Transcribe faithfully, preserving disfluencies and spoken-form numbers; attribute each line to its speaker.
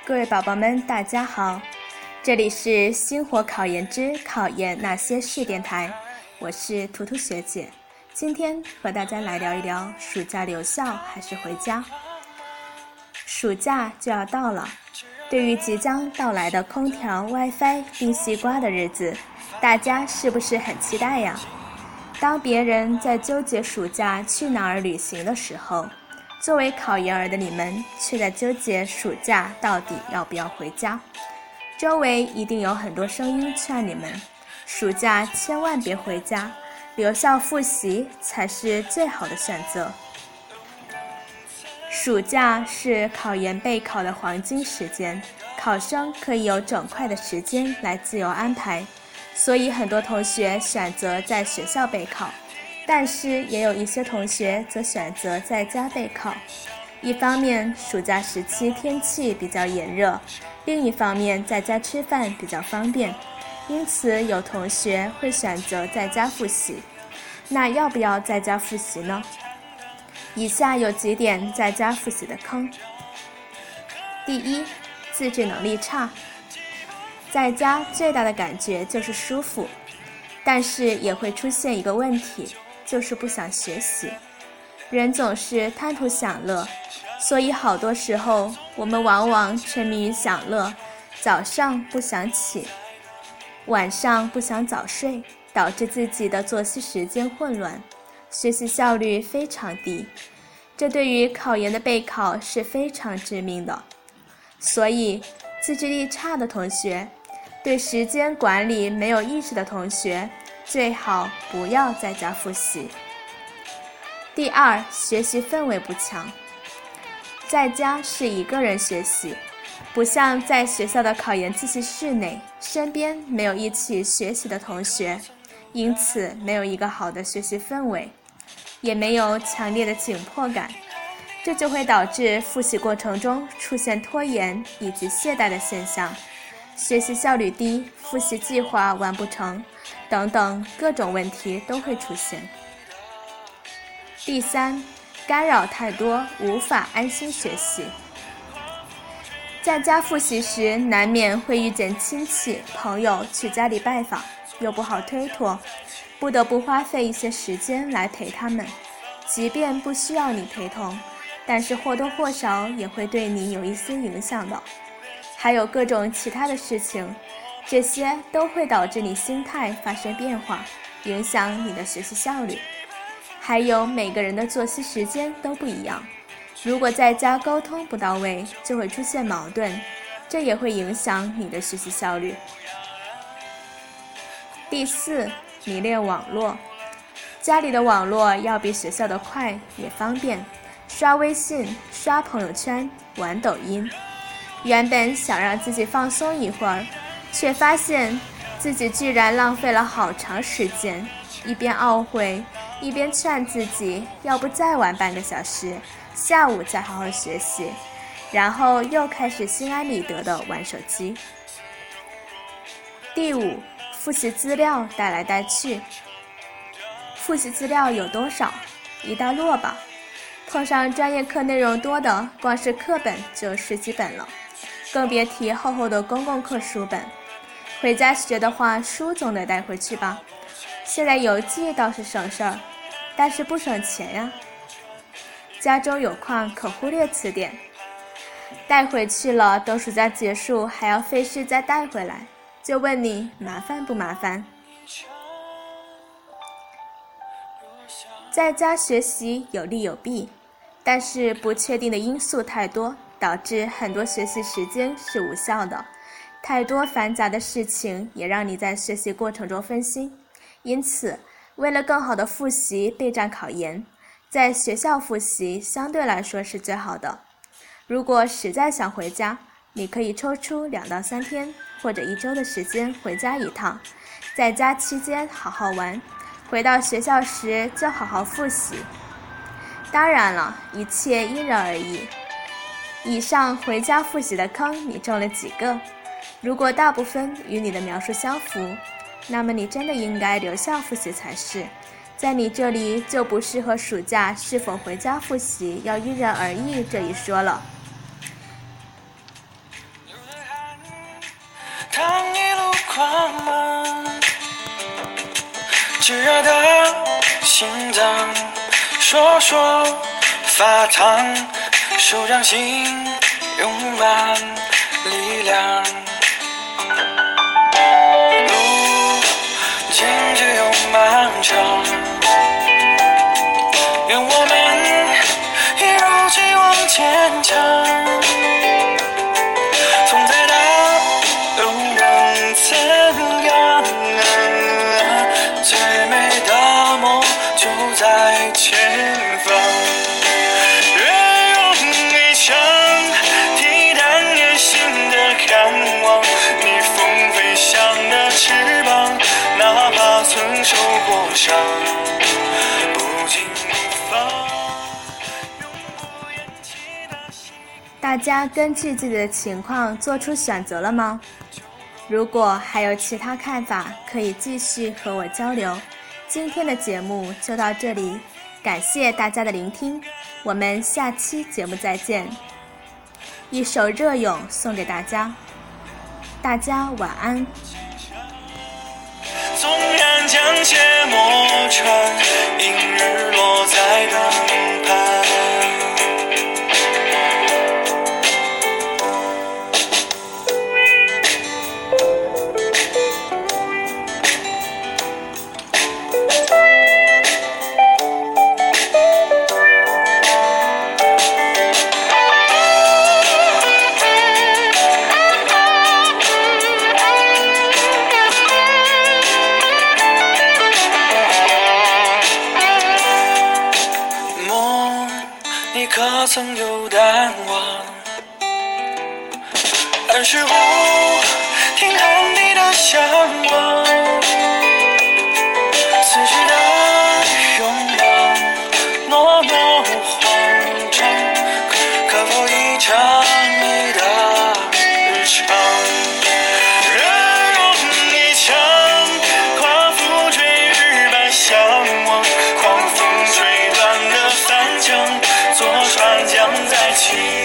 Speaker 1: 各位宝宝们，大家好，这里是星火考研之考研那些事电台，我是图图学姐，今天和大家来聊一聊暑假留校还是回家。暑假就要到了，对于即将到来的空调、WiFi、冰西瓜的日子，大家是不是很期待呀？当别人在纠结暑假去哪儿旅行的时候，作为考研儿的你们却在纠结暑假到底要不要回家。周围一定有很多声音劝你们，暑假千万别回家，留校复习才是最好的选择。暑假是考研备考的黄金时间，考生可以有整块的时间来自由安排，所以很多同学选择在学校备考，但是也有一些同学则选择在家备考。一方面，暑假时期天气比较炎热，另一方面在家吃饭比较方便，因此有同学会选择在家复习。那要不要在家复习呢？以下有几点在家复习的坑。第一，自制能力差。在家最大的感觉就是舒服，但是也会出现一个问题，就是不想学习。人总是贪图享乐，所以好多时候我们往往沉迷于享乐，早上不想起，晚上不想早睡，导致自己的作息时间混乱，学习效率非常低，这对于考研的备考是非常致命的。所以自制力差的同学，对时间管理没有意识的同学，最好不要在家复习。第二，学习氛围不强。在家是一个人学习，不像在学校的考研自习室内，身边没有一起学习的同学，因此没有一个好的学习氛围，也没有强烈的紧迫感，这就会导致复习过程中出现拖延以及懈怠的现象，学习效率低，复习计划完不成，等等各种问题都会出现。第三，干扰太多，无法安心学习。在家复习时，难免会遇见亲戚、朋友去家里拜访，又不好推脱，不得不花费一些时间来陪他们。即便不需要你陪同，但是或多或少也会对你有一些影响的。还有各种其他的事情，这些都会导致你心态发生变化，影响你的学习效率。还有每个人的作息时间都不一样，如果在家沟通不到位，就会出现矛盾，这也会影响你的学习效率。第四，迷恋网络。家里的网络要比学校的快也方便，刷微信、刷朋友圈、玩抖音。原本想让自己放松一会儿，却发现自己居然浪费了好长时间，一边懊悔，一边劝自己要不再玩半个小时，下午再好好学习，然后又开始心安理得地玩手机。第五，复习资料带来带去。复习资料有多少？一大摞吧。碰上专业课内容多的，光是课本就十几本了，更别提厚厚的公共课书本。回家学的话，书总得带回去吧。现在邮寄倒是省事儿，但是不省钱呀。家中有矿，可忽略此点。带回去了，等暑假结束还要费事再带回来，就问你麻烦不麻烦？在家学习有利有弊，但是不确定的因素太多，导致很多学习时间是无效的。太多繁杂的事情也让你在学习过程中分心，因此为了更好的复习备战考研，在学校复习相对来说是最好的。如果实在想回家，你可以抽出两到三天或者一周的时间回家一趟，在家期间好好玩，回到学校时就好好复习。当然了，一切因人而异。以上回家复习的坑你中了几个？如果大部分与你的描述相符，那么你真的应该留校复习才是。在你这里就不适合暑假是否回家复习，要因人而异这一说了。
Speaker 2: 狂妄，炙热的心脏，说说发烫，手掌心拥满力量，路径只有漫长，愿我们一如既往坚强，风再大又能怎样，最美的梦就在前方，越用一枪抵挡野心的渴望，逆风飞翔的翅膀，哪怕曾受过伤，不惊不放。
Speaker 1: 大家根据自己的情况做出选择了吗？如果还有其他看法，可以继续和我交流。今天的节目就到这里，感谢大家的聆听，我们下期节目再见。一首《热咏》送给大家，大家晚安。
Speaker 2: 纵然将血磨穿，因日落在灯盘，可曾有淡忘？儿时忽听喊你的向往，此时的拥抱懦弱慌张，可否一场你的日常？热熔一枪，夸父追日般向往，狂风吹断了帆桨，坐船将在起